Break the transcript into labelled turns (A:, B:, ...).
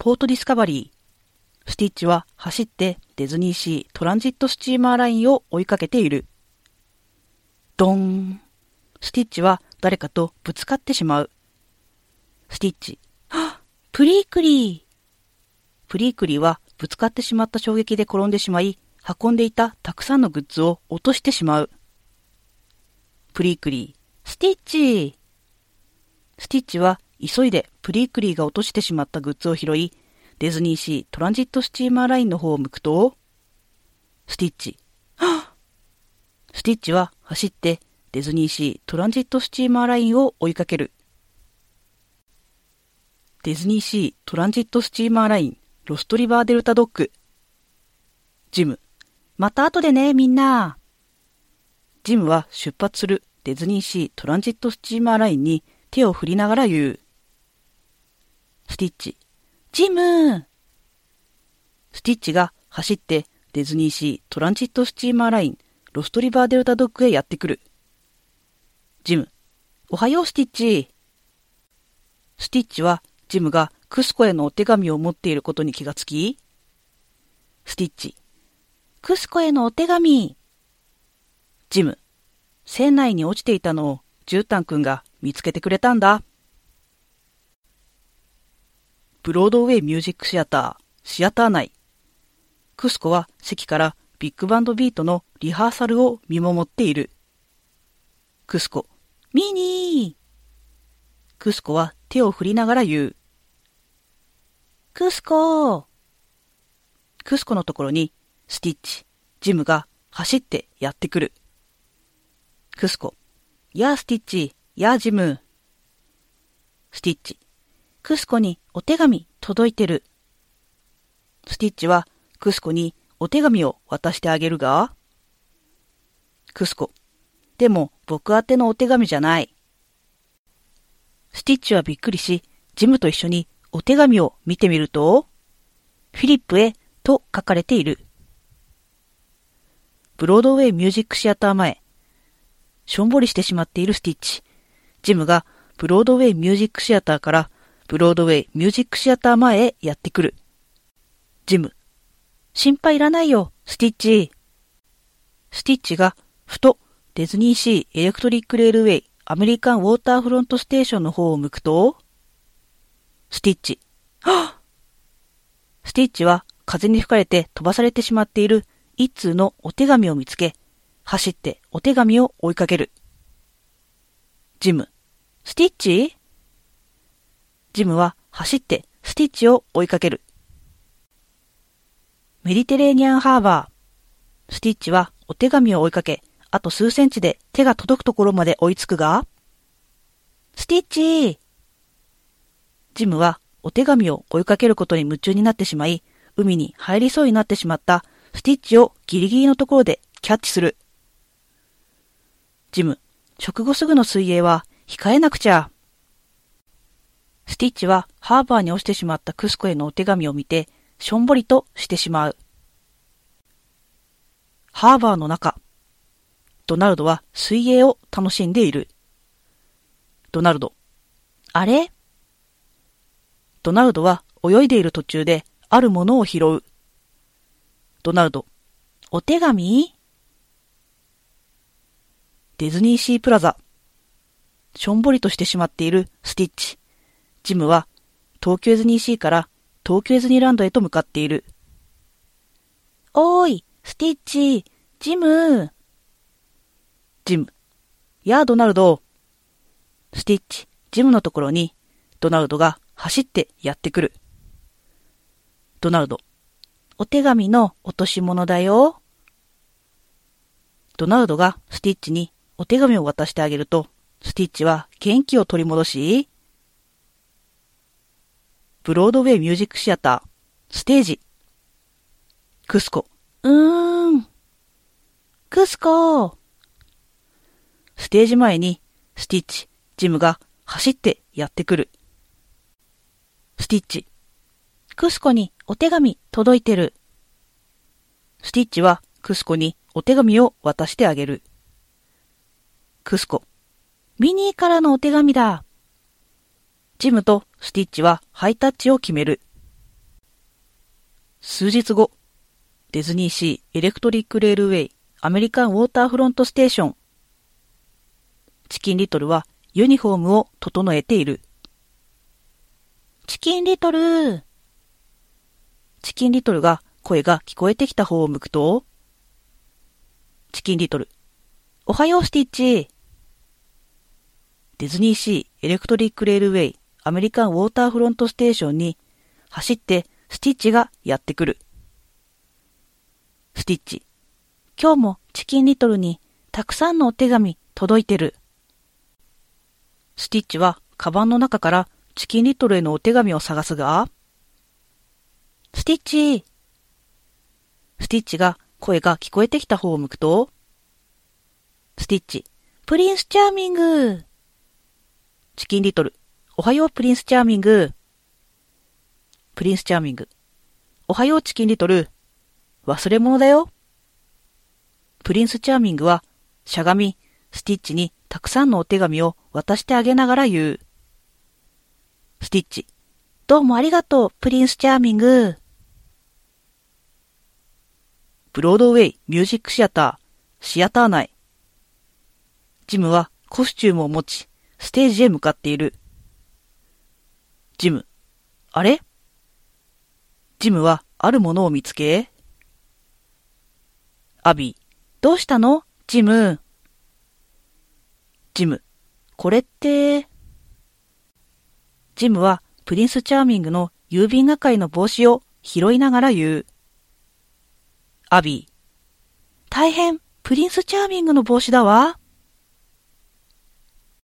A: ポートディスカバリー。スティッチは走ってディズニーシートランジットスチーマーラインを追いかけている。ドーン。スティッチは誰かとぶつかってしまう。スティッチ。プリークリー。プリークリーはぶつかってしまった衝撃で転んでしまい、運んでいたたくさんのグッズを落としてしまう。プリークリー。スティッチ。スティッチは急いでプリークリーが落としてしまったグッズを拾い、ディズニーシートランジットスチーマーラインの方を向くと、スティッチ。スティッチは走ってディズニーシートランジットスチーマーラインを追いかける。ディズニーシートランジットスチーマーラインロストリバーデルタドッグ。ジム。また後でね、みんな。ジムは出発するディズニーシートランジットスチーマーラインに手を振りながら言う。スティッチ。ジム。スティッチが走ってディズニーシートランジットスチーマーラインロストリバーデルタドッグへやってくる。ジム。おはようスティッチ。スティッチはジムがクスコへのお手紙を持っていることに気がつき、スティッチ。クスコへのお手紙。ジム。船内に落ちていたのを絨毯くんが見つけてくれたんだ。ブロードウェイミュージックシアター内。クスコは席からビッグバンドビートのリハーサルを見守っている。クスコ。ミニー。クスコは手を振りながら言う。クスコ。クスコのところにスティッチ、ジムが走ってやってくる。クスコ。やあスティッチ、やあジム。スティッチ。クスコにお手紙届いてる。スティッチはクスコにお手紙を渡してあげるが、クスコ。でも僕宛てのお手紙じゃない。スティッチはびっくりし、ジムと一緒にお手紙を見てみると、フィリップへと書かれている。ブロードウェイミュージックシアター前。しょんぼりしてしまっているスティッチ。ジムがブロードウェイミュージックシアターからブロードウェイミュージックシアター前へやってくる。ジム。心配いらないよ、スティッチ。スティッチがふとディズニーシーエレクトリックレールウェイアメリカンウォーターフロントステーションの方を向くと、スティッチ。スティッチは風に吹かれて飛ばされてしまっている一通のお手紙を見つけ、走ってお手紙を追いかける。ジム。スティッチ？ジムは走ってスティッチを追いかける。メディテレーニアンハーバー。スティッチはお手紙を追いかけ、あと数センチで手が届くところまで追いつくが、スティッチ！ジムはお手紙を追いかけることに夢中になってしまい、海に入りそうになってしまったスティッチをギリギリのところでキャッチする。ジム、食後すぐの水泳は控えなくちゃ。スティッチはハーバーに落ちてしまったクスコへのお手紙を見て、しょんぼりとしてしまう。ハーバーの中。ドナルドは水泳を楽しんでいる。ドナルド。あれ？ドナルドは泳いでいる途中であるものを拾う。ドナルド。お手紙？ディズニーシープラザ。しょんぼりとしてしまっているスティッチ。ジムは東京ディズニーシーから東京ディズニーランドへと向かっている。おーい、スティッチ、ジム。ジム。やあ、ドナルド。スティッチ、ジムのところにドナルドが走ってやってくる。ドナルド。お手紙の落とし物だよ。ドナルドがスティッチにお手紙を渡してあげると、スティッチは元気を取り戻し、ブロードウェイミュージックシアター、ステージ。クスコ。クスコ。ステージ前にスティッチ、ジムが走ってやってくる。スティッチ。クスコにお手紙届いてる。スティッチはクスコにお手紙を渡してあげる。クスコ。ミニーからのお手紙だ。ジムとスティッチはハイタッチを決める。 数日後、ディズニーシーエレクトリックレールウェイアメリカンウォーターフロントステーション。チキンリトルはユニフォームを整えている。チキンリトル。チキンリトルが声が聞こえてきた方を向くと、チキンリトル。おはようスティッチ。ディズニーシーエレクトリックレールウェイアメリカンウォーターフロントステーションに走ってスティッチがやってくる。スティッチ。今日もチキンリトルにたくさんのお手紙届いてる。スティッチはカバンの中からチキンリトルへのお手紙を探すが、スティッチ。スティッチが声が聞こえてきた方を向くと、スティッチ。プリンスチャーミング。チキンリトル。おはようプリンスチャーミング。プリンスチャーミング。おはようチキンリトル。忘れ物だよ。プリンスチャーミングはしゃがみ、スティッチにたくさんのお手紙を渡してあげながら言う。スティッチ。どうもありがとう、プリンスチャーミング。ブロードウェイミュージックシアター内。ジムはコスチュームを持ち、ステージへ向かっている。ジム。あれ？ジムはあるものを見つけ、アビー。どうしたの？ジム。ジム。これって。ジムはプリンスチャーミングの郵便係の帽子を拾いながら言う。アビー。大変、プリンスチャーミングの帽子だわ。